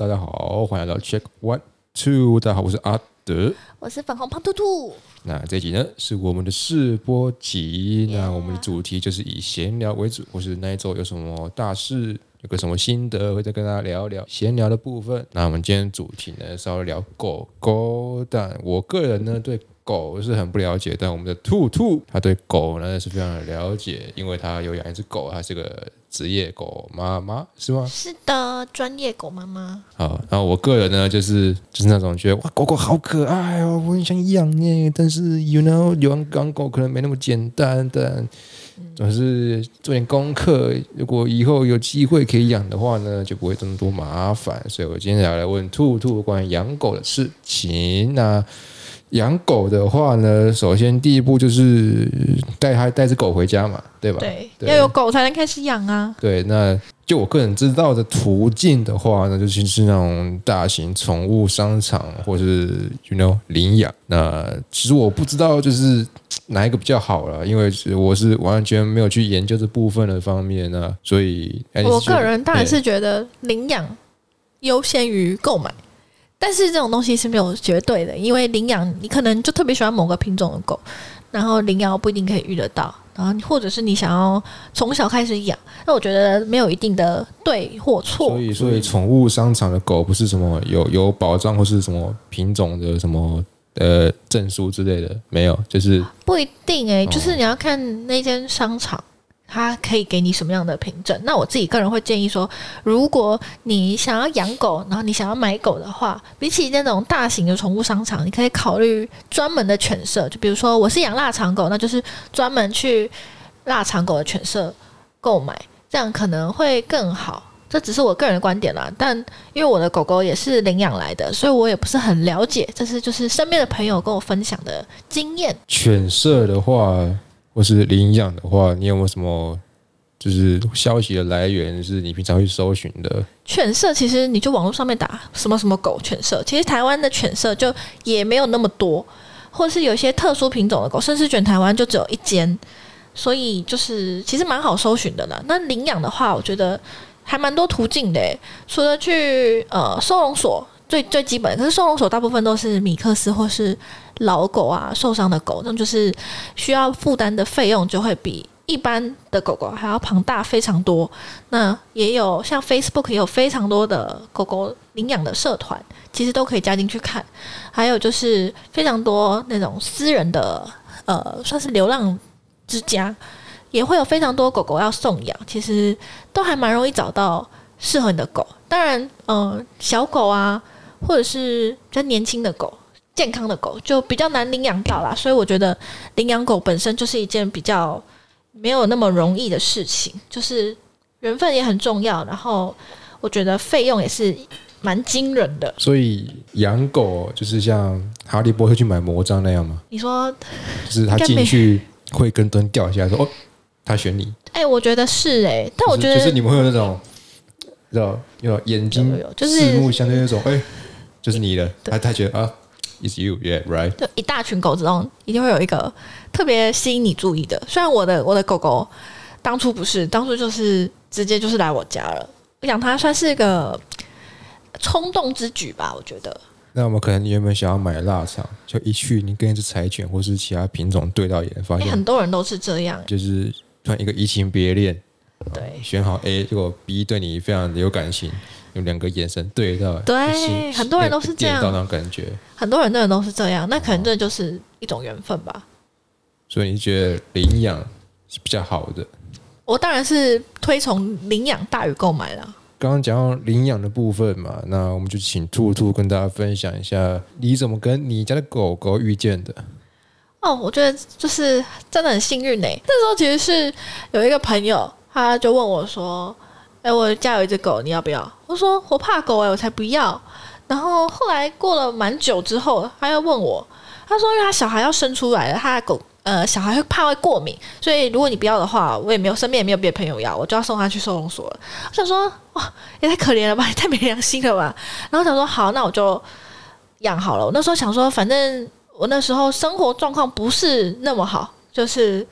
家好，欢迎来到 Check 1 2，大家好，我是阿德， 我是粉红胖兔兔。 那这一集呢是我们的试播集，那我们的主题就是以闲聊为主，或是那一周有什么大事，有个什么心得，会再跟大家聊聊闲聊的部分。那我们今天主题呢稍微聊狗狗，但我个人呢对狗是很不了解，但我们的兔兔他对狗呢是非常的了解，因为他有养一只狗，他是个职业狗妈妈，是吗？ 是的，专业狗妈妈。 好，然后我个人呢，就是那种觉得哇，狗狗好可爱哦，我很想养耶，但是 养狗可能没那么简单，但总是做点功课。如果以后有机会可以养的话呢，就不会这么多麻烦。所以我今天要来问兔兔关于养狗的事情。那养狗的话呢，首先第一步就是带只狗回家嘛，对吧？ 对，要有狗才能开始养啊。 对，那就我个人知道的途径的话呢，就是那种大型宠物商场或是领养。那其实我不知道就是哪一个比较好了，因为我是完全没有去研究这部分的方面啊，所以我个人当然是觉得领养优先于购买。但是这种东西是没有绝对的，因为领养你可能就特别喜欢某个品种的狗，然后领养不一定可以遇得到，然后或者是你想要从小开始养，那我觉得没有一定的对或错。 所以宠物商场的狗不是什么有保障或是什么品种的什么证书之类的，没有，就是不一定就是你要看那间商场。它可以给你什么样的凭证？那我自己个人会建议说，如果你想要养狗，然后你想要买狗的话，比起那种大型的宠物商场，你可以考虑专门的犬舍。就比如说，我是养腊肠狗，那就是专门去腊肠狗的犬舍购买，这样可能会更好。这只是我个人的观点啦，但因为我的狗狗也是领养来的，所以我也不是很了解。这是就是身边的朋友跟我分享的经验。 犬舍的话，或是领养的话，你有没有什么就是消息的来源是你平常会搜寻的？ 犬舍其实你就网络上面打什么什么狗犬舍，其实台湾的犬舍就也没有那么多，或是有些特殊品种的狗，甚至全台湾就只有一间，所以就是其实蛮好搜寻的啦。那领养的话，我觉得还蛮多途径的除了去收容所。最基本，可是收容所大部分都是米克斯或是老狗啊，受伤的狗，那就是需要负担的费用就会比一般的狗狗还要庞大非常多。那也有像 Facebook 也有非常多的狗狗领养的社团，其实都可以加进去看。还有就是非常多那种私人的算是流浪之家，也会有非常多狗狗要送养，其实都还蛮容易找到适合你的狗。当然小狗啊，或者是比较年轻的狗、健康的狗就比较难领养到啦，所以我觉得领养狗本身就是一件比较没有那么容易的事情，就是缘分也很重要，然后我觉得费用也是蛮惊人的。 所以养狗就是像哈利波特去买魔杖那样吗？ 你说就是他进去会跟灯掉下来说哦，他选你。 我觉得是但我觉得就是你们会有那种有眼睛四目相对那种就是你的，他觉得啊 ，it's you, yeah, right。 就一大群狗之中，一定会有一个特别吸引你注意的。虽然我的狗狗当初不是，当初就是直接就是来我家了。我养它算是一个冲动之举吧，我觉得。 那我们可能原本想要买腊肠，就一去你跟一只柴犬或是其他品种对到眼，发现很多人都是这样， 就是突然一个移情别恋。 对， 选好 A， 结果 B 对你非常的有感情，有两个眼神对到， 对，很多人都是这样， 到那种感觉， 很多人真的都是这样，那可能这就是一种缘分吧。 所以你觉得领养是比较好的？ 我当然是推崇领养大于购买啦。 刚刚讲到领养的部分嘛，那我们就请兔兔跟大家分享一下，你怎么跟你家的狗狗遇见的？ 我觉得就是真的很幸运那时候其实是有一个朋友。他就问我说：“我家有一只狗，你要不要？”我说：“我怕狗我才不要。”然后后来过了蛮久之后，他又问我，他说：“因为他小孩要生出来了，他的狗小孩会过敏，所以如果你不要的话，我也没有身边也没有别的朋友要，我就要送他去收容所了。”我想说：“哇，也太可怜了吧，也太没良心了吧。”然后想说：“好，那我就养好了。”我那时候想说，反正我那时候生活状况不是那么好，就是。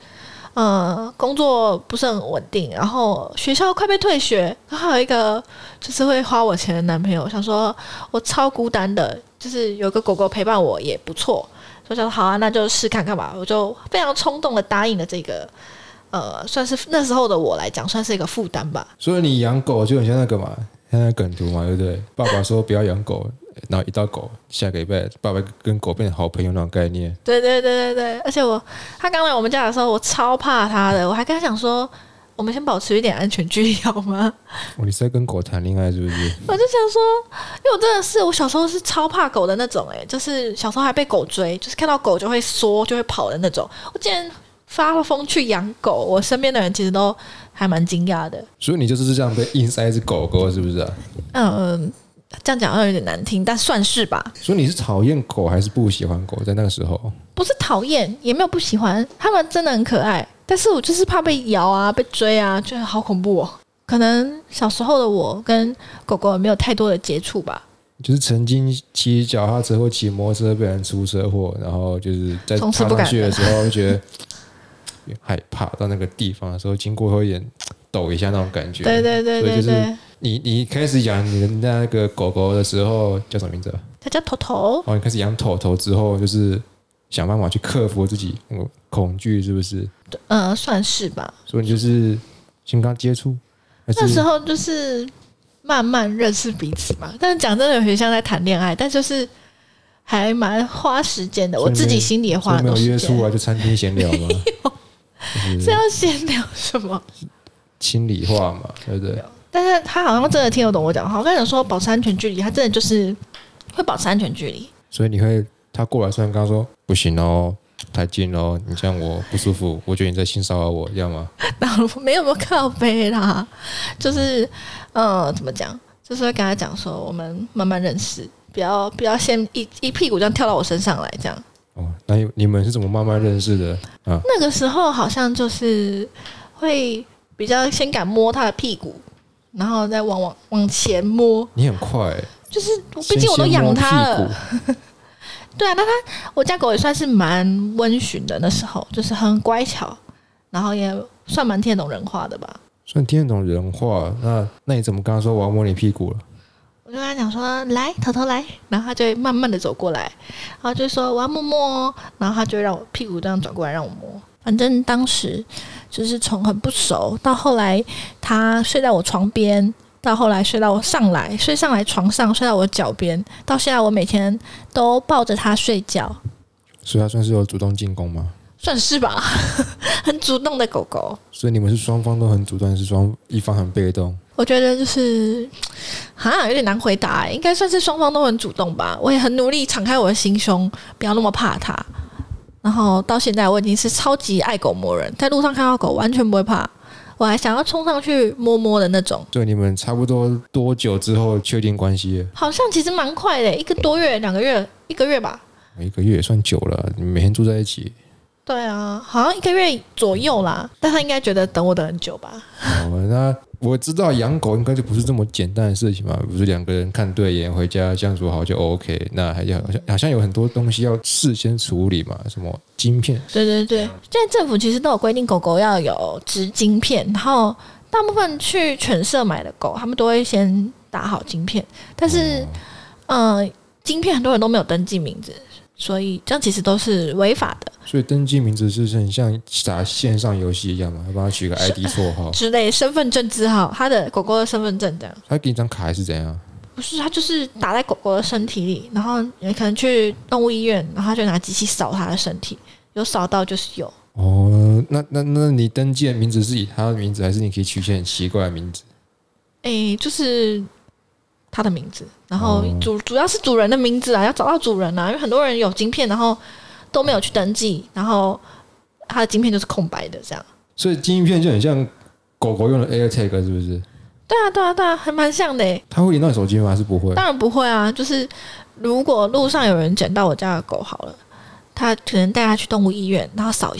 工作不是很稳定，然后学校快被退学，然后还有一个就是会花我钱的男朋友，想说我超孤单的，就是有个狗狗陪伴我也不错，所以想说好啊，那就试看看吧，我就非常冲动的答应了这个。算是那时候的我来讲，算是一个负担吧。 所以你养狗就很像那个嘛，像那梗图嘛，对不对？爸爸说不要养狗，然后一到狗，下个礼拜爸爸跟狗变成好朋友那种概念。 对对对对对，而且他刚来我们家的时候，我超怕他的，我还跟他讲说，我们先保持一点安全距离好吗？ 你是在跟狗谈恋爱是不是？ 我就想说，因为我真的是我小时候是超怕狗的那种，就是小时候还被狗追，就是看到狗就会缩就会跑的那种。我竟然发了疯去养狗，我身边的人其实都还蛮惊讶的。 所以你就是这样被硬塞一只狗狗，是不是啊？ 这样讲好像有点难听，但算是吧。 所以你是讨厌狗还是不喜欢狗？在那个时候， 不是讨厌，也没有不喜欢，它们真的很可爱。但是我就是怕被咬啊，被追啊，觉得好恐怖哦。可能小时候的我跟狗狗也没有太多的接触吧。 就是曾经骑脚踏车或骑摩托车被人出车祸，然后就是在踏上去的时候就觉得害怕，到那个地方的时候经过会有点抖一下那种感觉。 对对对对对。 所以就是你开始养你的那个狗狗的时候叫什么名字啊？ 它叫头头。 你开始养头头之后，就是想办法去克服自己那个恐惧，是不是？ 算是吧。 所以你就是先跟他接触， 那时候就是慢慢认识彼此嘛。但是讲真的，有些像在谈恋爱，但就是还蛮花时间的。我自己心里也花很多时间。 没有约出来就餐厅闲聊吗？ 是要闲聊什么？ 心里话嘛，对不对？ 但是他好像真的听得懂我讲话。我跟你说保持安全距离，他真的就是会保持安全距离。 所以他过来，虽然刚刚说不行哦，太近哦，你这样我不舒服，我觉得你在性骚扰我，这样吗？ 没有靠背啦，就是怎么讲，就是会跟他讲说，我们慢慢认识，不要先一屁股这样跳到我身上来，这样。 哦，那你们是怎么慢慢认识的啊？ 那个时候好像就是会比较先敢摸他的屁股，然后再往前摸。 你很快欸， 就是毕竟我都养它了。对啊，那我家狗也算是蛮温驯的，那时候就是很乖巧，然后也算蛮听得懂人话的吧。 算听得懂人话，那你怎么跟他说我要摸你屁股了？ 我就跟他讲说来，头头来，然后他就会慢慢的走过来，然后就说我要摸摸哦，然后他就会让我屁股这样转过来让我摸。反正当时就是从很不熟到后来他睡在我床边，到后来睡到我上来床上，睡到我脚边，到现在我每天都抱着他睡觉。 所以他算是有主动进攻吗？ 算是吧，很主动的狗狗。 所以你们是双方都很主动，还是一方很被动？ 我觉得就是有点难回答，应该算是双方都很主动吧。我也很努力敞开我的心胸，不要那么怕它。然后到现在我已经是超级爱狗魔人，在路上看到狗完全不会怕，我还想要冲上去摸摸的那种。 对，你们差不多多久之后确定关系？ 好像其实蛮快的，1个多月、2个月、1个月吧。 1个月也算久了，你们每天住在一起。 对啊，好像1个月左右啦，但他应该觉得等我等很久吧。 那我知道养狗应该就不是这么简单的事情嘛，不是2个人看对眼回家相处好就 OK， 那好像有很多东西要事先处理嘛，什么晶片？ 对对对，现在政府其实都有规定狗狗要有植晶片，然后大部分去犬舍买的狗，他们都会先打好晶片，但是晶片很多人都没有登记名字，所以这样其实都是违法的。 所以登记名字是很像打线上游戏一样嘛，要帮他取个 ID 绰号之类，身份证字号，他的狗狗的身份证这样。 他给你张卡还是怎样？ 不是，他就是打在狗狗的身体里，然后你可能去动物医院，然后他就拿机器扫它的身体，有扫到就是有。 哦，那你登记的名字是以他的名字，还是你可以取一些很奇怪的名字？ 就是他的名字，然后主要是主人的名字啊，要找到主人啊，因为很多人有晶片，然后都没有去登记，然后他的晶片就是空白的这样。 所以晶片就很像狗狗用的 AirTag 是不是？ 对啊，还蛮像的耶。 它会连到你手机吗？还是不会？ 当然不会啊，就是如果路上有人捡到我家的狗好了，他可能带它去动物医院，然后扫一下，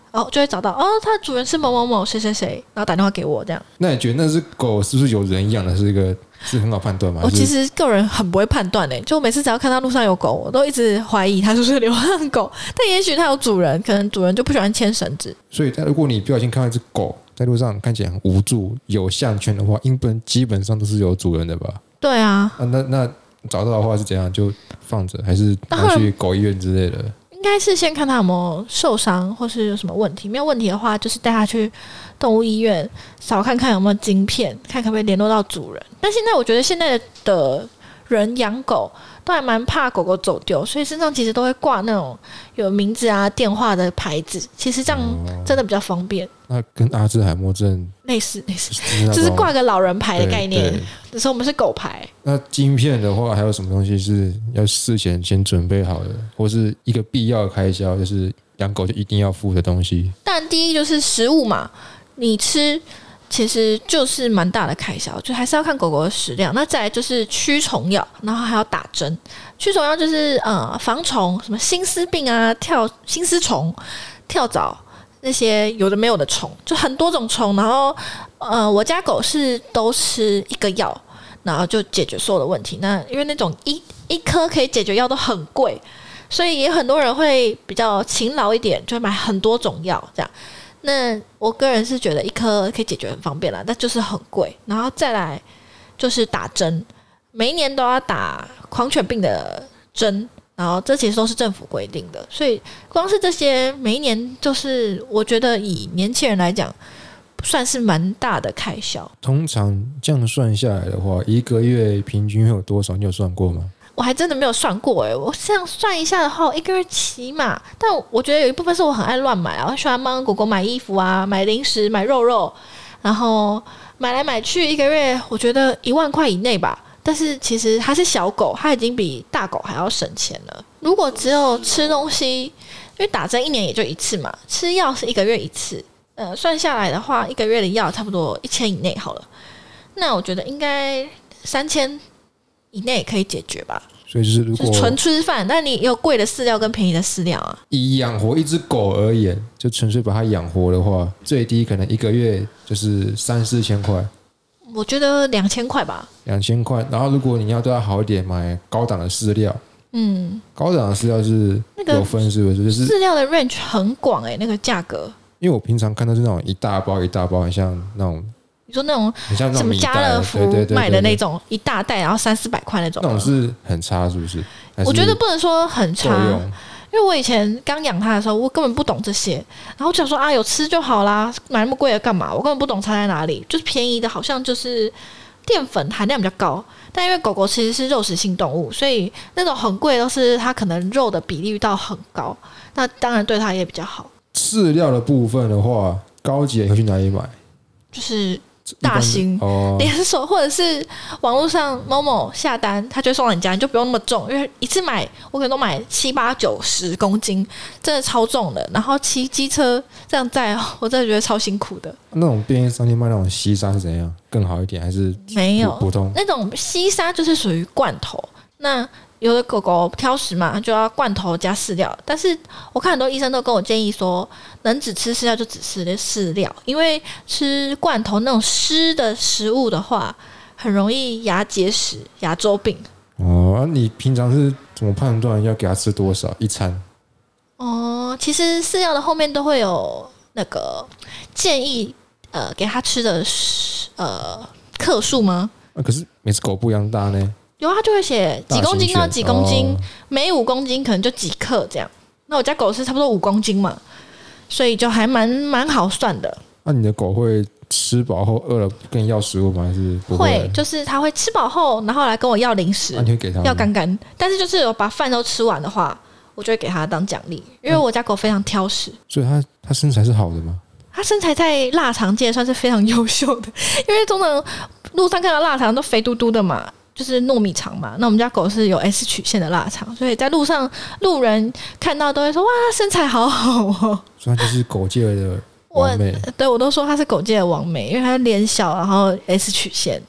就会找到它的主人是某某某谁谁谁，然后打电话给我这样。 那你觉得那只狗是不是有人养的？是很好判断吗？ 我其实个人很不会判断就每次只要看到路上有狗，我都一直怀疑它是不是流浪狗，但也许它有主人，可能主人就不喜欢牵绳子。 所以如果你不小心看到一只狗在路上看起来很无助有项圈的话，基本上都是有主人的吧？ 对啊。 那找到的话是怎样？就放着还是拿去狗医院之类的？ 应该是先看他有没有受伤或是有什么问题，没有问题的话就是带他去动物医院扫看看有没有晶片，看可不可以联络到主人。但现在我觉得现在的人养狗都还蛮怕狗狗走丢，所以身上其实都会挂那种有名字啊电话的牌子，其实这样真的比较方便。 那跟阿兹海默症类似就是挂个老人牌的概念，只是我们是狗牌。 那晶片的话还有什么东西是要事前先准备好的，或是一个必要的开销，就是养狗就一定要付的东西？ 但第一就是食物嘛，你吃其实就是蛮大的开销，就还是要看狗狗的食量。那再来就是驱虫药，然后还要打针。驱虫药就是防虫，什么心丝病啊、心丝虫、跳蚤那些有的没有的虫，就很多种虫。然后我家狗是都吃一个药，然后就解决所有的问题。那因为那种一颗可以解决药都很贵，所以也很多人会比较勤劳一点，就会买很多种药这样。那我个人是觉得一颗可以解决很方便啦，但就是很贵。然后再来就是打针，每一年都要打狂犬病的针，然后这其实都是政府规定的，所以光是这些每一年就是我觉得以年轻人来讲算是蛮大的开销。 通常这样算下来的话，一个月平均会有多少？你有算过吗？ 我还真的没有算过我这样算一下的话，一个月起码，但我觉得有一部分是我很爱乱买啊，我喜欢帮狗狗买衣服啊，买零食，买肉，然后买来买去，一个月我觉得1万块以内吧。但是其实它是小狗，它已经比大狗还要省钱了。如果只有吃东西，因为打针1年也就一次嘛，吃药是1个月一次，算下来的话，1个月的药差不多1000以内好了。那我觉得应该3000以内可以解决吧。 所以就是如果纯吃饭，但你有贵的饲料跟便宜的饲料啊。 以养活一只狗而言，就纯粹把它养活的话，最低可能1个月就是3-4千块。 我觉得2000块吧。 2000块，然后如果你要对它好一点，买高档的饲料。高档的饲料是有分，是不是？就是饲料的 range 很广那个价格。 因为我平常看到是那种一大包一大包，很像那种。 你说那种什么家乐福卖的那种一大袋，然后300-400块那种， 那种是很差，是不是？ 我觉得不能说很差，因为我以前刚养它的时候，我根本不懂这些，然后我想说有吃就好啦，买那么贵的干嘛？我根本不懂差在哪里，就是便宜的，好像就是淀粉含量比较高，但因为狗狗其实是肉食性动物，所以那种很贵都是它可能肉的比例到很高，那当然对它也比较好。 饲料的部分的话，高级的会去哪里买？ 就是大型连锁，或者是网络上某某下单，他就会送到你家，你就不用那么重，因为一次买我可能都买7、8、9、10公斤，真的超重的。然后骑机车这样载，我真的觉得超辛苦的。 那种便利商店卖那种西沙是怎样？更好一点还是没有普通？ 那种西沙就是属于罐头，那有的狗狗挑食嘛，就要罐头加饲料。但是我看很多医生都跟我建议说，能只吃饲料就只吃饲料，因为吃罐头那种湿的食物的话，很容易牙结石、牙周病。 你平常是怎么判断要给它吃多少一餐？ 其实饲料的后面都会有那个建议，给它吃的克数吗？ 可是每次狗不一样大呢。 有它就会写几公斤到几公斤，每5公斤可能就几克这样。那我家狗是差不多5公斤嘛，所以就还蛮好算的。 那你的狗会吃饱后饿了跟你要食物吗？还是不会？ 就是它会吃饱后，然后来跟我要零食， 你会给它要干干。但是就是有把饭都吃完的话，我就会给它当奖励，因为我家狗非常挑食。 所以它身材是好的吗？ 它身材在腊肠界算是非常优秀的，因为通常路上看到腊肠都肥嘟嘟的嘛。就是糯米肠嘛，那我们家狗是有 S 曲线的腊肠，所以在路上路人看到都会说哇身材好好哦， 所以它就是狗界的完美。 对，我都说它是狗界的完美，因为它脸小，然后 S 曲线。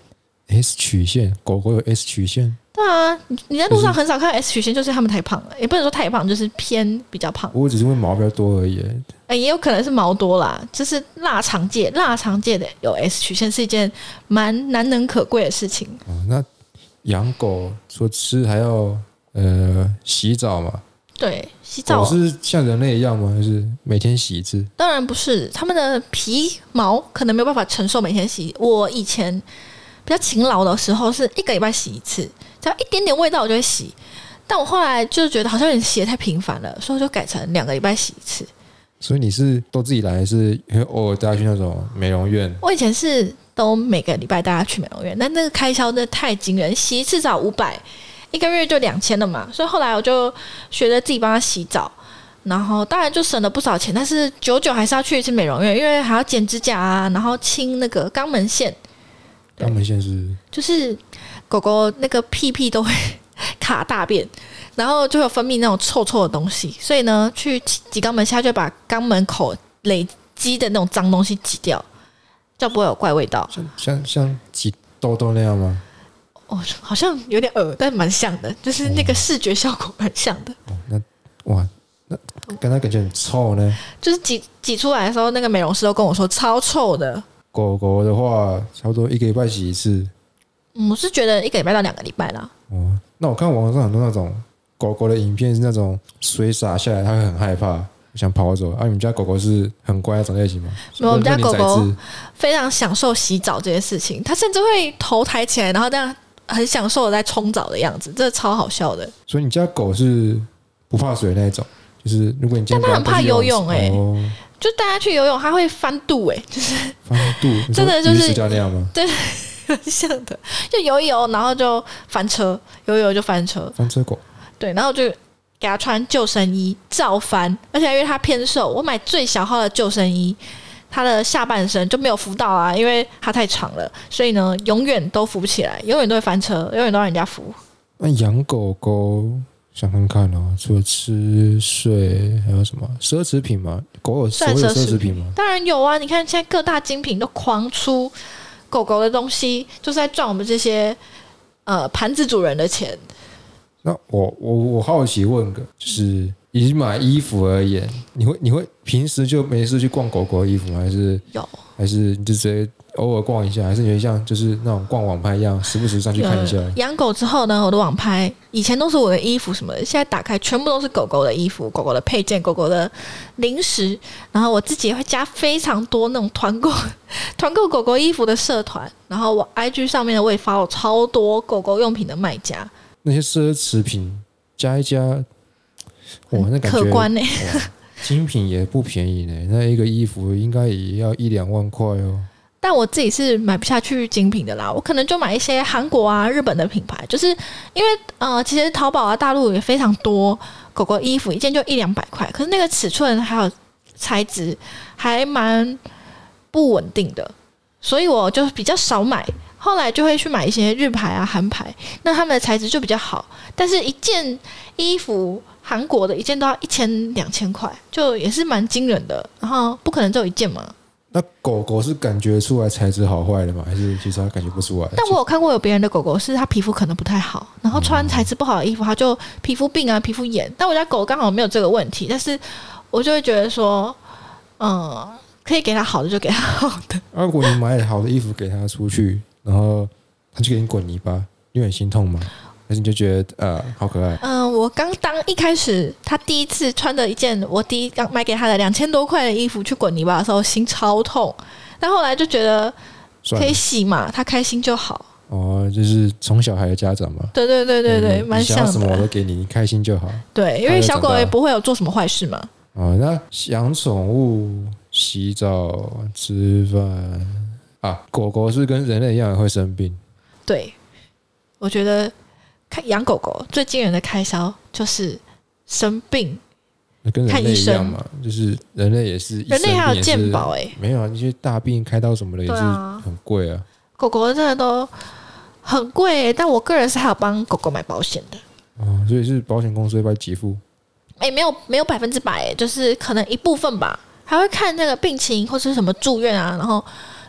S 曲线，狗狗有 S 曲线。 对啊，你在路上很少看到 S 曲线，就是他们太胖了，也不能说太胖，就是偏比较胖。 我只是因为毛比较多而已。 也有可能是毛多啦，就是腊肠界的有 S 曲线是一件蛮难能可贵的事情。 那养狗除了吃还要洗澡嘛？ 对，洗澡狗是像人类一样吗？还是每天洗一次？ 当然不是，他们的皮毛可能没有办法承受每天洗。我以前比较勤劳的时候是1个礼拜洗一次，只要一点点味道我就会洗。但我后来就觉得好像有点洗得太频繁了，所以我就改成2个礼拜洗一次。 所以你是都自己来，还是偶尔带他去那种美容院？ 我以前是都每个礼拜带他去美容院，但那个开销真的太惊人，洗一次澡500，一个月就2000了嘛。所以后来我就学着自己帮他洗澡，然后当然就省了不少钱，但是久久还是要去一次美容院，因为还要剪指甲啊，然后清那个肛门腺。 肛门腺是就是狗狗那个屁屁都会卡大便，然后就会有分泌那种臭臭的东西，所以呢，去挤肛门下就把肛门口累积的那种脏东西挤掉，就不会有怪味道。 像挤痘痘那样吗？ 好像有点恶，但蛮像的，就是那个视觉效果蛮像的。 那跟他感觉很臭呢。 就是挤出来的时候，那个美容师都跟我说超臭的。 狗狗的话，差不多1个礼拜洗一次。 我是觉得1个礼拜到2个礼拜啦。 那我看网上很多那种狗狗的影片是那种水洒下来，它会很害怕，想跑走。你们家狗狗是很乖那种类型吗？ 我们家狗狗非常享受洗澡这件事情，它甚至会头抬起来，然后这样很享受的在冲澡的样子，这超好笑的。 所以你家狗是不怕水那一种，就是如果你今天但它很怕游泳就带它去游泳，它会翻肚就是翻肚， 真的就是鱼死那样吗？ 对，很像的，就游一游，然后就翻车，游一游就翻车， 翻车狗。 对，然后就给它穿救生衣，照翻，而且因为它偏瘦，我买最小号的救生衣，它的下半身就没有扶到啊，因为它太长了，所以呢，永远都扶不起来，永远都会翻车，永远都让人家扶。 那养狗狗想看看哦，除了吃睡还有什么奢侈品吗？狗有所有奢侈品吗？ 当然有啊！你看现在各大精品都狂出狗狗的东西，就是在赚我们这些盘子主人的钱。 那我好奇问个，就是以买衣服而言，你会平时就没事去逛狗狗的衣服吗？还是有？ 还是你就直接偶尔逛一下？还是你像就是那种逛网拍一样，时不时上去看一下？ 养狗之后呢，我的网拍以前都是我的衣服什么的，现在打开全部都是狗狗的衣服、狗狗的配件、狗狗的零食，然后我自己也会加非常多那种团购狗狗衣服的社团，然后我 IG 上面的我也发了超多狗狗用品的卖家。 那些奢侈品加一加，哇，那感觉可观精品也不便宜呢。那一个衣服应该也要1-2万块哦。 但我自己是买不下去精品的啦，我可能就买一些韩国啊、日本的品牌，就是因为其实淘宝啊、大陆也非常多狗狗衣服，一件就100-200块，可是那个尺寸还有材质还蛮不稳定的，所以我就比较少买。后来就会去买一些日牌啊、韩牌，那他们的材质就比较好，但是一件衣服韩国的一件都要1000-2000块，就也是蛮惊人的。然后不可能只有一件嘛。 那狗狗是感觉出来材质好坏的吗？还是其实它感觉不出来？ 但我有看过有别人的狗狗是它皮肤可能不太好，然后穿材质不好的衣服，它就皮肤病啊、皮肤炎。但我家狗刚好没有这个问题，但是我就会觉得说，可以给它好的就给它好的。 如果你买好的衣服给它出去，然后它就给你滚泥巴，你很心痛吗？还是你就觉得好可爱？ 我刚一开始他第一次穿的一件我刚买给他的2000多块的衣服去滚泥巴的时候，心超痛。但后来就觉得可以洗嘛，他开心就好。 就是宠小孩的家长嘛。 对，蛮像的。 你想要什么我都给你，你开心就好。 对，因为小狗也不会有做什么坏事嘛。 那养宠物、洗澡、吃饭狗狗是跟人类一样会生病。 对，我觉得养狗狗最惊人的开销就是生病， 跟人类一样嘛，就是人类也是， 人类还有健保没有啊，那些大病开刀什么的也是很贵啊。 狗狗真的都很贵但我个人是还有帮狗狗买保险的。 所以是保险公司会帮你给付？ 没有100%就是可能一部分吧，还会看那个病情或是什么住院啊，然后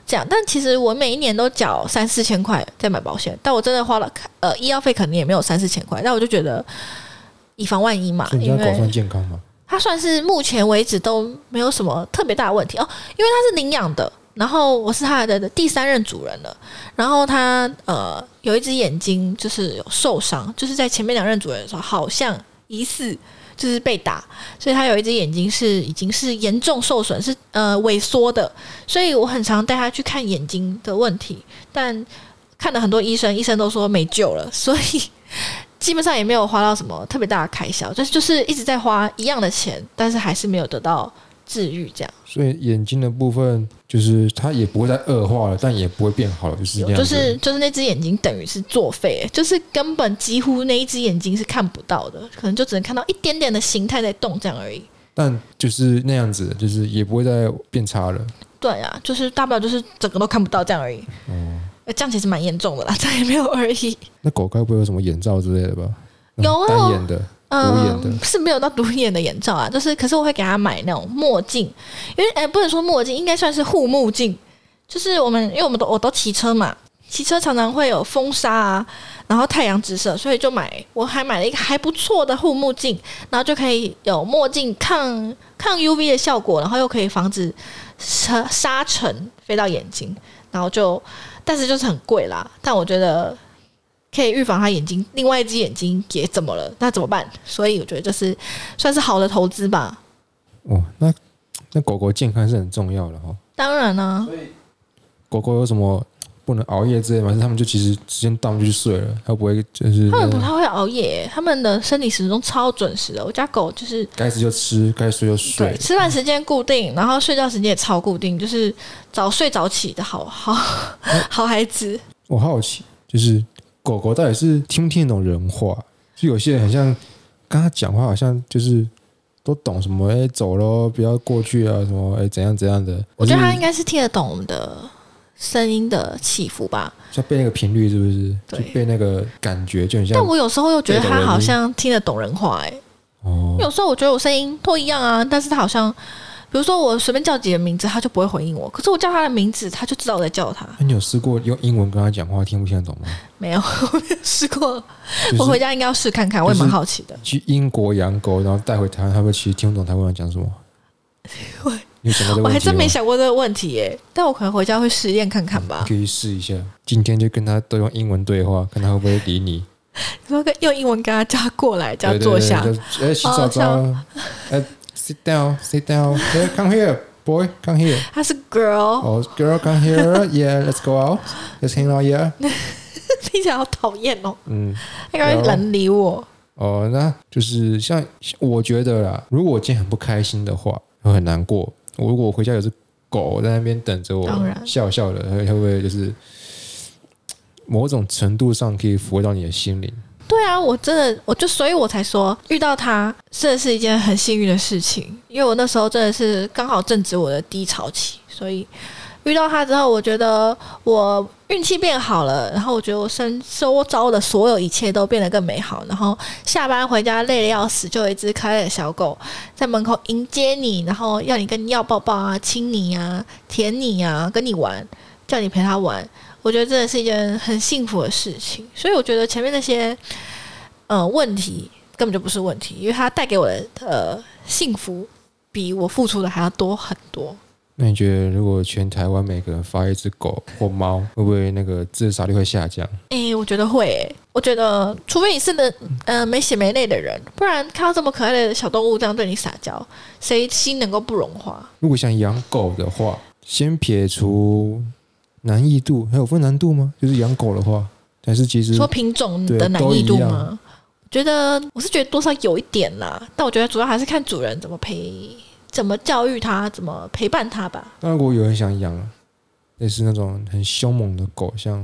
这样。但其实我每一年都缴3-4千块在买保险，但我真的花了医药费可能也没有3-4千块，但我就觉得以防万一嘛。 所以你家狗算健康吗？ 它算是目前为止都没有什么特别大的问题哦，因为它是领养的，然后我是它的第3任主人了，然后它有一只眼睛就是有受伤，就是在前面2任主人的时候好像疑似就是被打，所以它有一只眼睛已经是严重受损，是萎缩的，所以我很常带它去看眼睛的问题，但看了很多医生，医生都说没救了，所以基本上也没有花到什么特别大的开销，就是一直在花一样的钱，但是还是没有得到治愈这样。 所以眼睛的部分就是它也不会再恶化了，但也不会变好了，就是这样子。 就是那只眼睛等于是作废，就是根本几乎那一只眼睛是看不到的，可能就只能看到一点点的形态在动这样而已。 但就是那样子，就是也不会再变差了。 对啊，就是大不了就是整个都看不到这样而已。这样其实蛮严重的啦，这也没有而已。 那狗该不会有什么眼罩之类的吧？ 有啊， 单眼的、独眼的， 是没有到独眼的眼罩啊，就是可是我会给他买那种墨镜，因为不能说墨镜，应该算是护目镜。就是因为我都骑车嘛，骑车常常会有风沙啊，然后太阳直射，所以我还买了一个还不错的护目镜，然后就可以有墨镜抗 UV 的效果，然后又可以防止沙尘飞到眼睛，然后但是就是很贵啦，但我觉得可以预防他另外一只眼睛也怎么了，那怎么办？所以我觉得就是算是好的投资吧。 哦，那狗狗健康是很重要的哈。 当然啊， 所以狗狗有什么不能熬夜之类吗？还是他们就其实时间到就去睡了，它不会就是他们不太会熬夜，他们的生理时钟超准时的。我家狗就是该吃就吃，该睡就睡， 对，吃饭时间固定，然后睡觉时间也超固定，就是早睡早起的好孩子。 我好奇，就是狗狗到底是听不听得懂人话？就有些人很像跟他讲话，好像就是都懂什么，走咯，不要过去啊，什么，怎样怎样的。 我觉得他应该是听得懂我们的声音的起伏吧， 就背那个频率是不是？ 对， 就背那个感觉，就很像。 但我有时候又觉得他好像听得懂人话，有时候我觉得我声音都一样啊，但是他好像。比如说我随便叫几个名字，他就不会回应我。可是我叫他的名字，他就知道我在叫他。 那你有试过用英文跟他讲话，听不听得懂吗？ 没有，我没有试过。我回家应该要试看看，我也蛮好奇的。 去英国养狗，然后带回台湾，他会其实听不懂台湾人讲什么？你有想过这个问题吗？ 我还真没想过这个问题耶，但我可能回家会实验看看吧。 可以试一下，今天就跟他都用英文对话，看他会不会理你。 说用英文跟他叫他过来，叫他坐下。 洗澡澡。Sit down, sit down. Hey, come here, boy, come here. 他是 girl. Oh, girl, come here. Yeah, let's go out. Let's hang out here. 听起来好讨厌哦。他应该懒理我。 那就是像我觉得啦，如果我今天很不开心的话，会很难过。如果我回家有只狗在那边等着我，笑笑的，会不会就是某种程度上可以抚慰到你的心灵？ 对啊，所以我才说遇到他真的是一件很幸运的事情，因为我那时候真的是刚好正值我的低潮期，所以遇到他之后，我觉得我运气变好了，然后我觉得我周遭的所有一切都变得更美好，然后下班回家累得要死，就有一只可爱的小狗在门口迎接你，然后要你跟你要抱抱啊、亲你啊、舔你啊、跟你玩，叫你陪他玩。我觉得真的是一件很幸福的事情，所以我觉得前面那些问题根本就不是问题，因为它带给我的幸福比我付出的还要多很多。 那你觉得如果全台湾每个人发一只狗或猫，会不会那个自杀率会下降？ 我觉得会我觉得除非你是没血没泪的人，不然看到这么可爱的小动物这样对你撒娇，谁心能够不融化？ 如果想养狗的话，先撇除难易度，还有分难度吗？就是养狗的话，还是其实说品种的难易度吗？我是觉得多少有一点啦，但我觉得主要还是看主人怎么教育它，怎么陪伴它吧。 那如果有人想养类似那种很凶猛的狗，像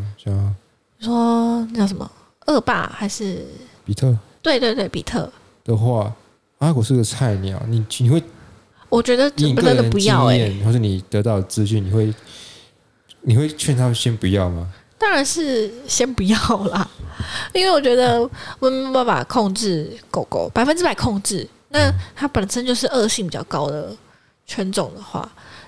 说那叫什么恶霸还是比特？ 对对对，比特的话，阿狗是个菜鸟，你会？ 我觉得你个人经验，或者你得到的资讯，你会劝他们先不要吗？ 当然是先不要啦，因为我觉得我没办法控制狗狗100%控制，那它本身就是恶性比较高的犬种的话，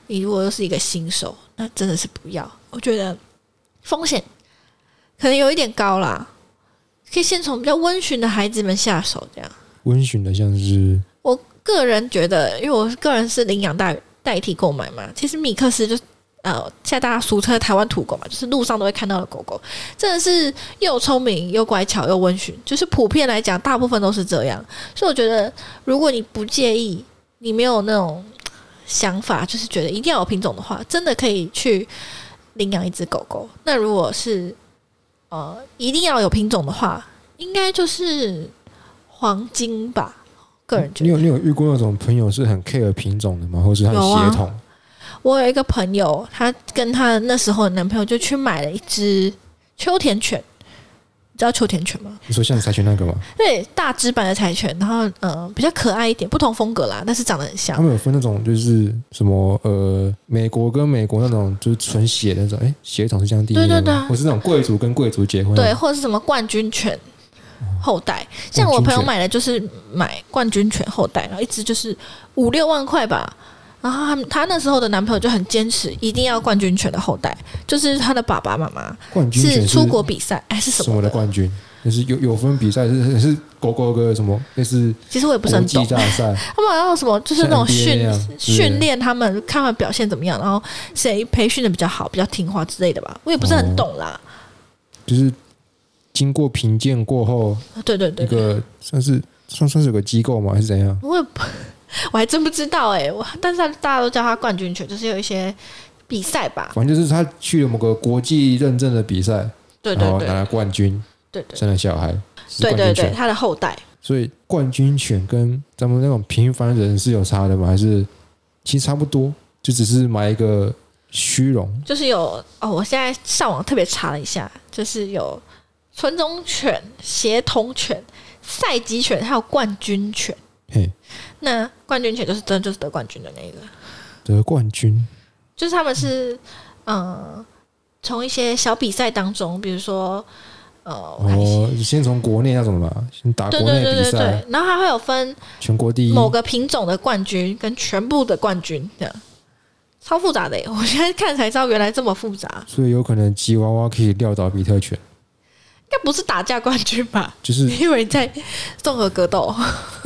你如果又是一个新手，那真的是不要。我觉得风险可能有一点高啦，可以先从比较温驯的孩子们下手，这样。 温驯的像是我个人觉得，因为我个人是领养代替购买嘛，其实米克斯就现在大家俗称的台湾土狗嘛，就是路上都会看到的狗狗，真的是又聪明又乖巧又温驯，就是普遍来讲，大部分都是这样。所以我觉得，如果你不介意，你没有那种想法，就是觉得一定要有品种的话，真的可以去领养一只狗狗。那如果是一定要有品种的话，应该就是黄金吧。个人觉得， 你有遇过那种朋友是很 care 品种的吗？或是他的血统？ 我有一个朋友，她跟她那时候的男朋友就去买了一只秋田犬，你知道秋田犬吗？ 你说像柴犬那个吗？ 对，大只版的柴犬，然后比较可爱一点，不同风格啦，但是长得很像。 他们有分那种就是什么美国跟美国那种就是纯血的那种，血统是这样定义的吗？对，或是那种贵族跟贵族结婚， 对，或者是什么冠军犬后代。像我朋友买的就是买冠军犬后代，然后一只就是5-6万块吧。然后他那时候的男朋友就很坚持，一定要冠军犬的后代，就是他的爸爸妈妈是出国比赛，是什么的冠军？就是有分比赛，是狗狗个什么类似？ 其实我也不是很懂。 大赛， 他们好像什么就是那种训练他们，看他们表现怎么样，然后谁培训的比较好，比较听话之类的吧。我也不是很懂啦。 就是经过评鉴过后， 对， 一个算是有个机构吗？还是怎样？ 我还真不知道但是大家都叫他冠军犬，就是有一些比赛吧。 反正就是他去了某个国际认证的比赛， 对， 然后拿了冠军， 对， 生了小孩， 对，他的后代。 所以冠军犬跟咱们那种平凡人是有差的吗？还是其实差不多，就只是买一个虚荣？ 就是有我现在上网特别查了一下，就是有纯种犬、协同犬、赛级犬，还有冠军犬。 嘿， 那冠军犬就是真的就是得冠军的那个， 得冠军就是他们是从一些小比赛当中，比如说先从国内那种吧，先打国内比赛， 对，然后还会有分全国第一某个品种的冠军跟全部的冠军，这样超复杂的耶！我现在看才知道原来这么复杂， 所以有可能吉娃娃可以撂倒比特犬。 应该不是打架冠军吧？ 就是因为在综合格斗。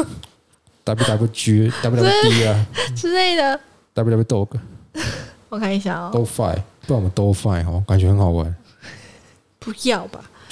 WWG、WWD 啊之类的 ，WW Dog， 我看一下哦 ，Dog Fight，不然我们 Dog Fight 哦，感觉很好玩。 不要吧？ 就是，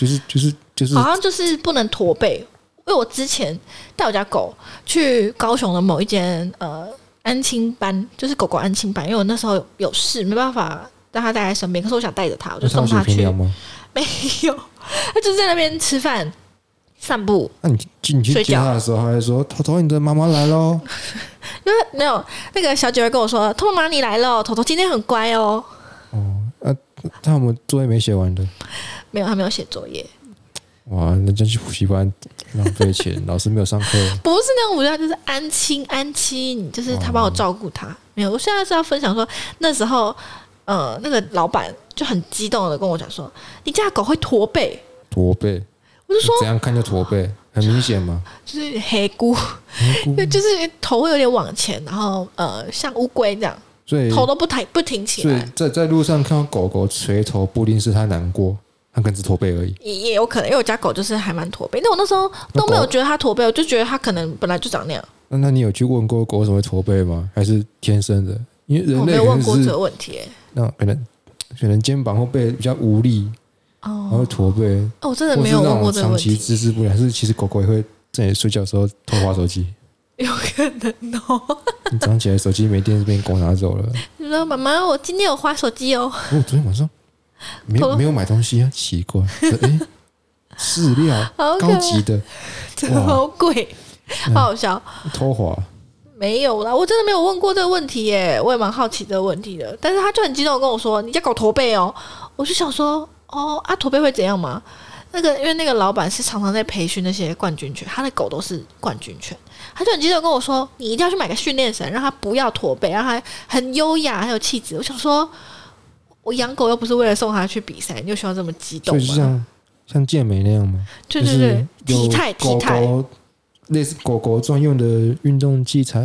好像就是不能驼背。因为我之前带我家狗去高雄的某一间安亲班，就是狗狗安亲班，因为我那时候有事，没办法让它带在身边，可是我想带着它，我就送它去。没有，它就在那边吃饭。散步， 那你去接他的时候，他还说：“头头，你的妈妈来喽。” 因为没有那个小姐会跟我说：“头头妈妈你来了，头头今天很乖哦。” 他有没有作业没写完的？ 没有，他没有写作业。 哇，人家去补习班浪费钱，老师没有上课。 不是那种补习班，就是安亲，就是他帮我照顾他。没有，我现在是要分享说，那时候那个老板就很激动的跟我讲说：“你家狗会驼背。” 驼背。 我就说怎样看就驼背，很明显吗？ 就是黑菇，就是头会有点往前，然后像乌龟这样， 所以头都不挺起来。 所以在路上看到狗狗垂头，不一定是它难过，它可能是驼背而已。 也有可能，因为我家狗就是还蛮驼背，但我那时候都没有觉得它驼背，我就觉得它可能本来就长那样。 那你有去问过狗为什么会驼背吗？还是天生的？因为人类我没有问过这个问题。 那可能肩膀或背比较无力。然后驼背我真的没有问过这个问题。 长期姿势不良，是其实狗狗也会在你睡觉的时候偷滑手机， 有可能哦。 你早上起来手机没电，被狗拿走了。 你说妈妈，我今天有滑手机哦。 昨天晚上没有买东西啊，奇怪。饲料高级的， 好贵，好好笑。 偷滑没有啦，我真的没有问过这个问题耶，我也蛮好奇这个问题的。但是他就很激动的跟我说：“你家狗驼背哦。”我就想说。驼背会怎样吗？因为那个老板是常常在培训那些冠军犬，他的狗都是冠军犬，他就很激动跟我说：“你一定要去买个训练绳，让它不要驼背，让它很优雅，很有气质。”我想说，我养狗又不是为了送它去比赛，你有需要这么激动吗？ 所以是像健美那样吗？ 对，体态， 类似狗狗专用的运动器材，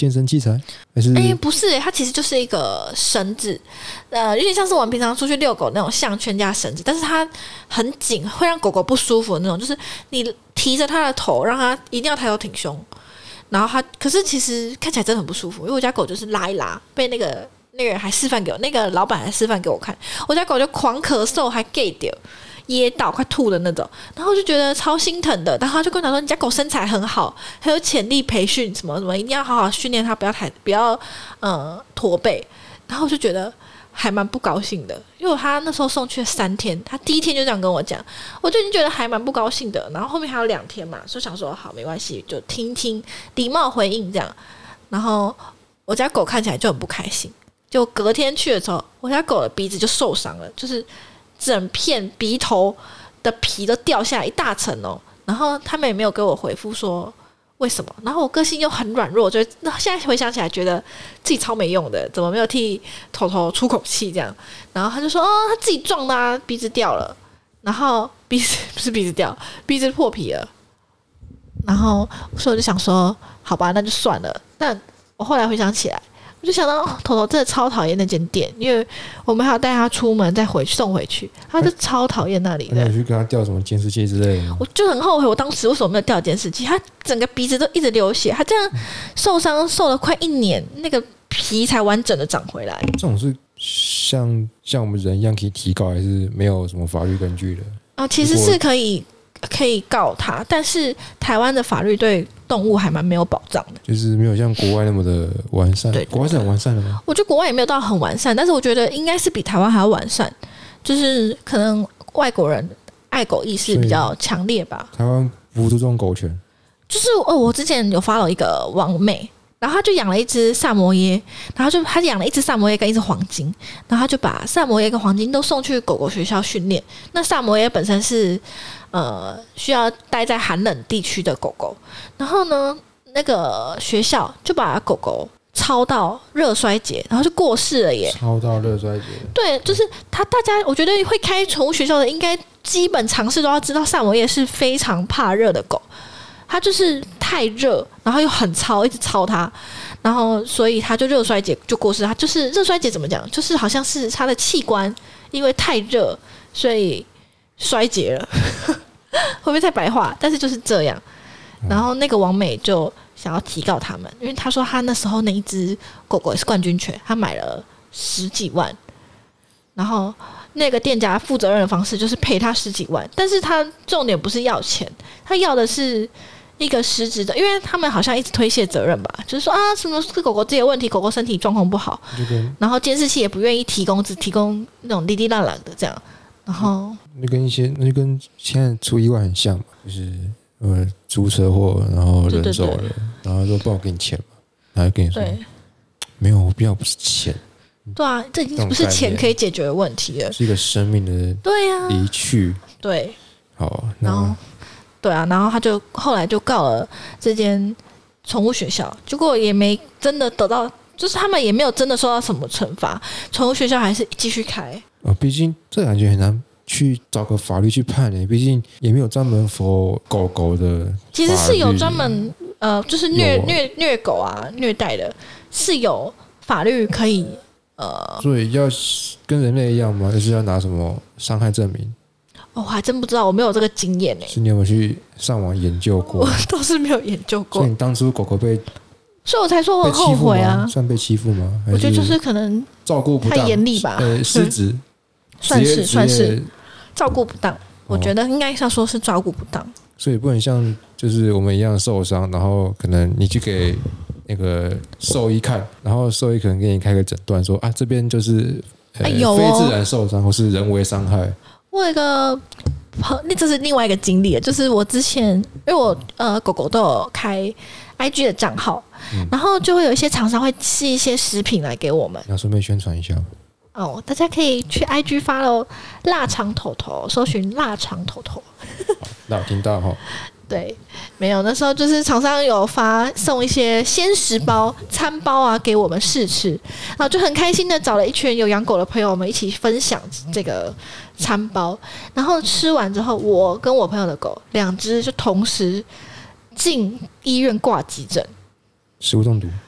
健身器材还是？ 不是，它其实就是一个绳子，有点像是我们平常出去遛狗那种项圈加绳子，但是它很紧，会让狗狗不舒服的那种，就是你提着它的头，让它一定要抬头挺胸，然后它可是其实看起来真的很不舒服，因为我家狗就是拉一拉，被那个人还示范给我，那个老板还示范给我看，我家狗就狂咳嗽，还 gay 掉。噎到快吐的那种，然后我就觉得超心疼的。然后他就跟我讲说：“你家狗身材很好，很有潜力培训，什么什么，一定要好好训练它，不要驼背。”然后我就觉得还蛮不高兴的，因为他那时候送去了3天，他第1天就这样跟我讲，我就已经觉得还蛮不高兴的。然后后面还有2天嘛，所以想说好没关系，就听听礼貌回应这样。然后我家狗看起来就很不开心，就隔天去的时候，我家狗的鼻子就受伤了，就是。整片鼻头的皮都掉下来一大层哦，然后他们也没有给我回复说为什么，然后我个性又很软弱，就现在回想起来觉得自己超没用的，怎么没有替头头出口气这样，然后他就说他自己撞的啊，鼻子掉了，然后不是鼻子掉，鼻子破皮了，然后所以我就想说好吧，那就算了，但我后来回想起来。我就想到，头头真的超讨厌那间店，因为我们还要带他出门再送回去，他就超讨厌那里的。 那你去跟他调什么监视器之类的？ 我就很后悔，我当时为什么没有调监视器？他整个鼻子都一直流血，他这样受伤受了快1年，那个皮才完整的长回来。 这种是像我们人一样可以提高，还是没有什么法律根据的？ 其实是可以告他，但是台湾的法律对动物还蛮没有保障的， 就是没有像国外那么的完善。对，国外是很完善的吗？ 我觉得国外也没有到很完善，但是我觉得应该是比台湾还要完善，就是可能外国人爱狗意识比较强烈吧。 台湾不注重狗权， 就是我之前有follow一个网美。然后他就养了一只萨摩耶，然后他养了一只萨摩耶跟一只黄金，然后他就把萨摩耶跟黄金都送去狗狗学校训练。那萨摩耶本身是需要待在寒冷地区的狗狗，然后呢，那个学校就把狗狗操到热衰竭，然后就过世了耶。 操到热衰竭。 对，就是大家我觉得会开宠物学校的，应该基本常识都要知道，萨摩耶是非常怕热的狗。它就是太热，然后又很操，一直操它，然后所以它就热衰竭就过世。它就是热衰竭怎么讲？就是好像是它的器官因为太热，所以衰竭了。会不会太白话？但是就是这样。然后那个王美就想要提告他们，因为他说他那时候那一只狗狗也是冠军犬，他买了10几万，然后那个店家负责任的方式就是赔他10几万，但是他重点不是要钱，他要的是一个实质的，因为他们好像一直推卸责任吧，就是说什么是狗狗自己的问题，狗狗身体状况不好，然后监视器也不愿意提供，只提供那种滴滴浪浪的这样，然后那跟现在出意外很像嘛，就是出车祸然后人走了，对，然后说不然我给你钱嘛，然后跟你说没有，我不要，不是钱。 对啊，这已经不是钱可以解决的问题了， 是一个生命的离去。 对， 好， 然后对啊，然后他就后来就告了这间宠物学校，结果也没真的得到，就是他们也没有真的受到什么惩罚，宠物学校还是继续开。 毕竟这感觉很难去找个法律去判的，毕竟也没有专门 for 狗狗的。 其实是有专门就是虐狗啊、虐待的，是有法律可以。 所以要跟人类一样吗？就是要拿什么伤害证明？ 我还真不知道，我没有这个经验是你有没有去上网研究过？ 我倒是没有研究过。 所以你当初狗狗所以我才说我很后悔啊。 算被欺负吗？ 我觉得就是可能照顾不当， 太严厉吧。 失职， 算是照顾不当。我觉得应该要说是照顾不当。 所以不能像就是我们一样受伤，然后可能你去给那个兽医看，然后兽医可能给你开个诊断说这边就是非自然受伤或是人为伤害。我有一个这是另外一个经历，就是我之前因为我狗狗都有开 IG 的账号，然后就会有一些厂商会寄一些食品来给我们， 要顺便宣传一下大家可以去 IG follow 腊肠头头，搜寻腊肠头头。 那我听到对，没有，那时候就是厂商有送一些鲜食包、餐包啊给我们试吃，然后就很开心的找了一群有养狗的朋友，我们一起分享这个餐包。然后吃完之后，我跟我朋友的狗2只就同时进医院挂急诊， 食物中毒。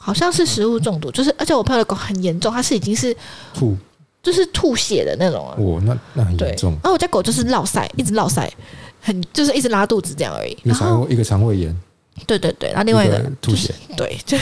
好像是食物中毒，就是而且我朋友的狗很严重，它是已经是就是吐血的那种了。 那很严重。 然后我家狗就是落塞，一直落塞，就是一直拉肚子这样而已。 一个肠胃炎。 对，然后另外一个吐血。 对，就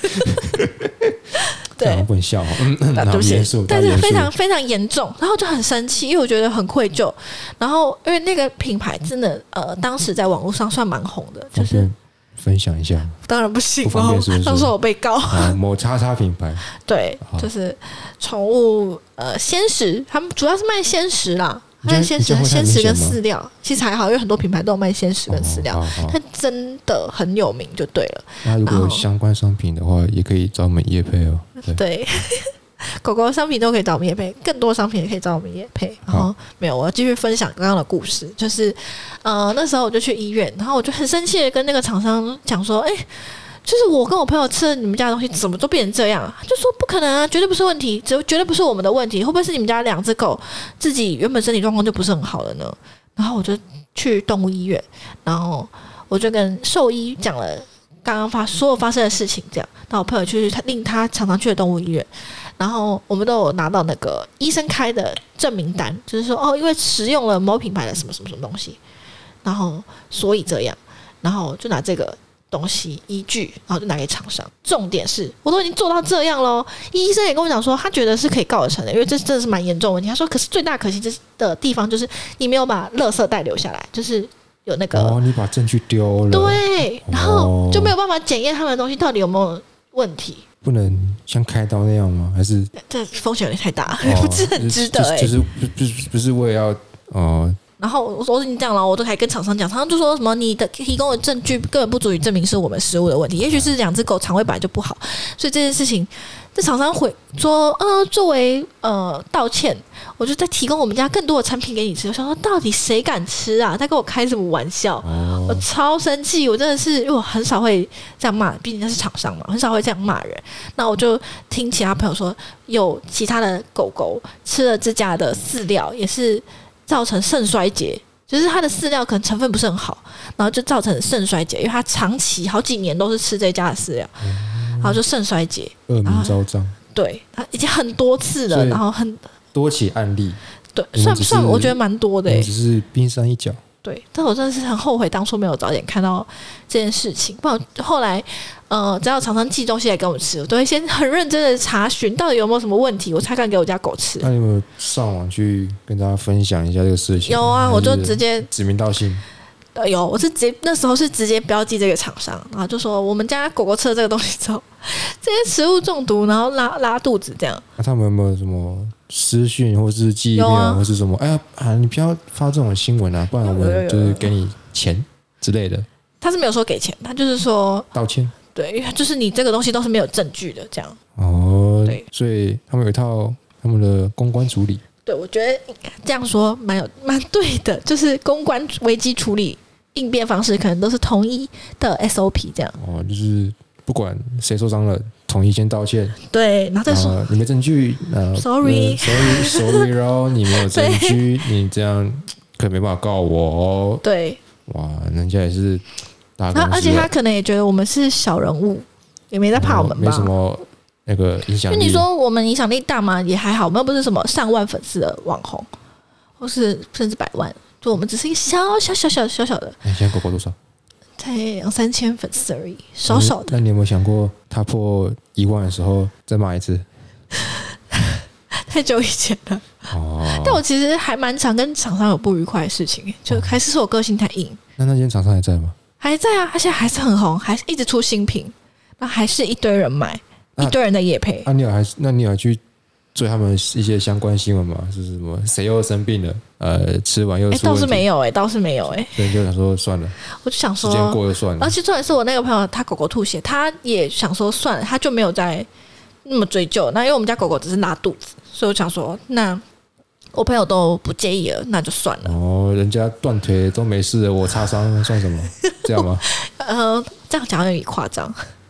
对，不能笑对不起，但是非常非常严重，然后就很生气，因为我觉得很愧疚。然后因为那个品牌真的当时在网络上算蛮红的，就是分享一下。 当然不行， 不方便是不是？ 到时候我被告。 某叉叉品牌， 对，就是宠物鲜食，他们主要是卖鲜食啦。卖鲜食跟饲料，其实还好，因为很多品牌都有卖鲜食跟饲料，它真的很有名，就对了。 那如果有相关商品的话，也可以找我们业配哦。 对，狗狗商品都可以找我们业配，更多商品也可以找我们业配。然后没有，我要继续分享刚刚的故事，就是那时候我就去医院，然后我就很生气的跟那个厂商讲说，就是我跟我朋友吃了你们家的东西，怎么都变成这样？就说不可能啊，绝对不是问题，绝对不是我们的问题，会不会是你们家2只狗自己原本身体状况就不是很好了呢？然后我就去动物医院，然后我就跟兽医讲了刚刚所有发生的事情，这样。然后我朋友去令他常常去的动物医院，然后我们都有拿到那个医生开的证明单，就是说因为食用了某品牌的什么什么什么东西，然后所以这样，然后就拿这个东西依据，然后就拿给厂商。重点是我都已经做到这样咯，医生也跟我讲说他觉得是可以告得成的，因为这真的是蛮严重的问题。他说可是最大可惜的地方就是你没有把垃圾袋留下来，就是有那个你把证据丢了， 对，然后就没有办法检验他们的东西到底有没有问题。 不能像开刀那样吗？还是这风险有点太大，不是很值得就是不是为了要然后我说你这样了，我都还跟厂商讲，厂商就说什么你的提供的证据根本不足以证明是我们食物的问题，也许是2只狗肠胃本来就不好，所以这件事情，这厂商会说作为道歉，我就再提供我们家更多的产品给你吃。我想说到底谁敢吃啊？他跟我开什么玩笑？我超生气，我真的是因为我很少会这样骂，毕竟那是厂商嘛，很少会这样骂人。那我就听其他朋友说，有其他的狗狗吃了这家的饲料，也是造成肾衰竭，就是它的饲料可能成分不是很好，然后就造成肾衰竭，因为它长期好几年都是吃这家的饲料，然后就肾衰竭， 恶名昭彰。 对，它已经很多次了，然后很多起案例， 对，算我觉得蛮多的， 只是冰山一角。 对，但我真的是很后悔当初没有早点看到这件事情，不然后来只要常常寄东西来给我们吃，我都会先很认真的查询到底有没有什么问题，我才敢给我家狗吃。 那你有没有上网去跟大家分享一下这个事情？ 有啊，我就直接指名道姓。 有，我是那时候是直接标记这个厂商，然后就说我们家狗狗吃了这个东西之后，这些食物中毒，然后拉肚子这样。 那他们有没有什么私讯或是寄面或是什么？你不要发这种新闻啊，不然我们就是给你钱之类的。 他是没有说给钱，他就是说道歉。 对，因为就是你这个东西都是没有证据的，这样。 对，所以他们有一套他们的公关处理。 对，我觉得这样说蛮对的，就是公关危机处理应变方式可能都是统一的 SOP 这样。 就是不管谁受伤了，统一先道歉。 对，然后再说你没证据，sorry 咯，你没有证据，你这样可能没办法告我哦。 对， 哇，人家也是大公司， 而且他可能也觉得我们是小人物，也没在怕我们吧， 没什么那个影响力。 就你说我们影响力大吗？也还好，我们又不是什么上万粉丝的网红，或是甚至100万，就我们只是一个小小的。 现在狗狗多少？ 才2-3千粉丝而已，少少的。 那你有没有想过，他破1万的时候再骂一次？ 太久以前了。但我其实还蛮常跟厂商有不愉快的事情，就还是我个性太硬。 那间厂商还在吗？ 还在啊，而且还是很红，还是一直出新品，那还是一堆人买，一堆人的业配。 那你有去追他们一些相关新闻吗？是什么？谁又生病了？吃完又出问题？ 倒是没有所以就想说算了， 我就想说时间过就算了。 而且重点是我那个朋友，他狗狗吐血，他也想说算了，他就没有再那么追究。那因为我们家狗狗只是拉肚子，所以我想说，那我朋友都不介意了，那就算了。 人家断腿都没事了，我擦伤算什么？这样吗？ 这样讲有点夸张。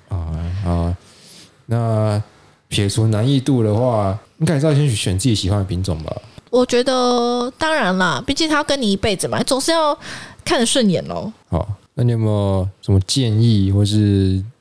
那撇除难易度的话，应该还是要先选自己喜欢的品种吧。 我觉得当然啦，毕竟他要跟你一辈子嘛，总是要看得顺眼咯。 好，那你有没有什么建议，或是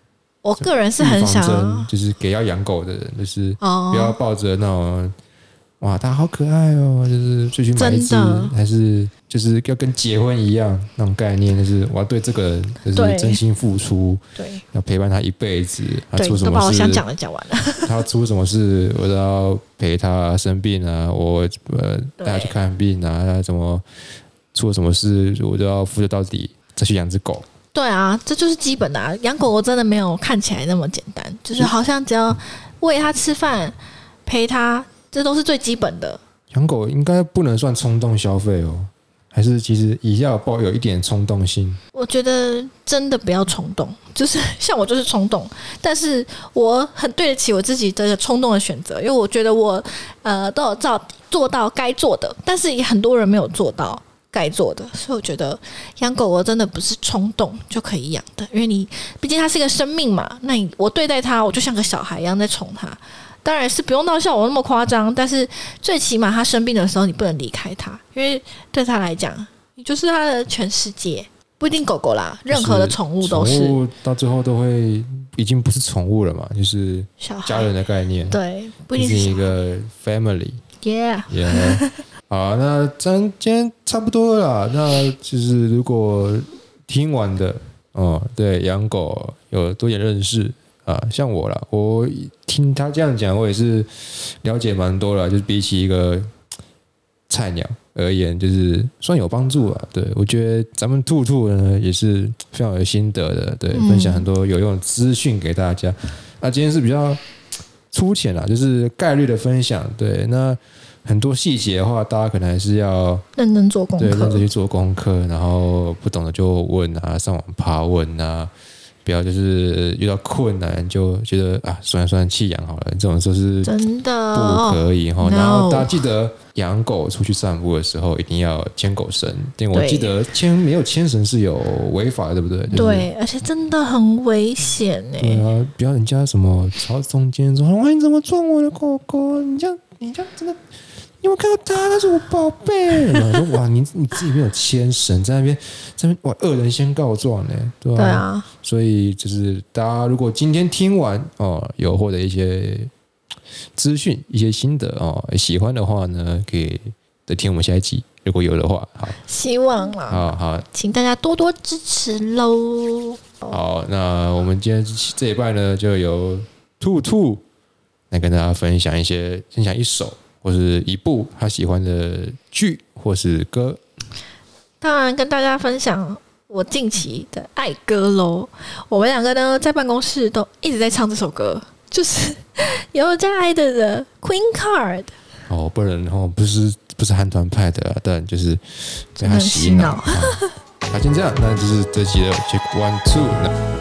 我个人是很想预防针就是给要养狗的人，就是不要抱着那种哇，它好可爱哦，就是就去买一只，还是就是要跟结婚一样那种概念，就是我要对这个人就是真心付出， 对， 要陪伴他一辈子。他出什么事， 都把我想讲的讲完了。 他出什么事，我都要陪他生病啊，我带他去看病啊，他怎么出了什么事，我都要负责到底，再去养只狗。 对啊，这就是基本的啊。养狗狗真的没有看起来那么简单，就是好像只要喂它吃饭、陪它，这都是最基本的。 养狗应该不能算冲动消费哦，还是其实也要抱有一点冲动心？ 我觉得真的不要冲动，就是像我就是冲动，但是我很对得起我自己的冲动的选择，因为我觉得我都有做到该做的，但是也很多人没有做到该做的，所以我觉得养狗狗真的不是冲动就可以养的，因为你毕竟它是一个生命嘛，那我对待它，我就像个小孩一样在宠它。当然是不用到像我那么夸张，但是最起码它生病的时候，你不能离开它，因为对它来讲，你就是它的全世界。不一定狗狗啦，任何的宠物都是。 宠物到最后都会已经不是宠物了嘛，就是家人的概念。 对，不一定是一个 family。Yeah。好，那今天差不多了啦。那就是如果听完的对养狗有多点认识啊，像我啦，我听他这样讲，我也是了解蛮多了，就是比起一个菜鸟而言，就是算有帮助了。对，我觉得咱们兔兔呢也是非常有心得的，对，分享很多有用的资讯给大家。那今天是比较粗浅啦，就是概率的分享。对，那很多细节的话，大家可能还是要认真做功课， 对，认真去做功课，然后不懂的就问啊，上网爬问啊。不要就是遇到困难就觉得啊，算了弃养好了，这种就是真的不可以哈。然后大家记得养狗出去散步的时候一定要牵狗绳，因为我记得没有牵绳是有违法的，对不对？ 对，而且真的很危险哎。 对啊，不要人家什么朝中间说，哇，你怎么撞我的狗狗？你这样真的。你有没有看到他是我宝贝。然后说哇，你自己没有牵绳，在那边哇，恶人先告状呢，对吧？ 对啊， 所以就是大家如果今天听完有获得一些资讯、一些心得喜欢的话呢，可以再听我们下一集。如果有的话，好， 希望啦， 好，请大家多多支持喽。 好，那我们今天这一半呢，就由兔兔来跟大家分享一首。或是一部他喜欢的剧或是歌， 当然跟大家分享我近期的爱歌喽。我们两个呢在办公室都一直在唱这首歌，就是尤佳爱的 Queen Card。 不然不是韩团派的但就是被他洗脑。好，先这样，那就是这集的 Check 1 2。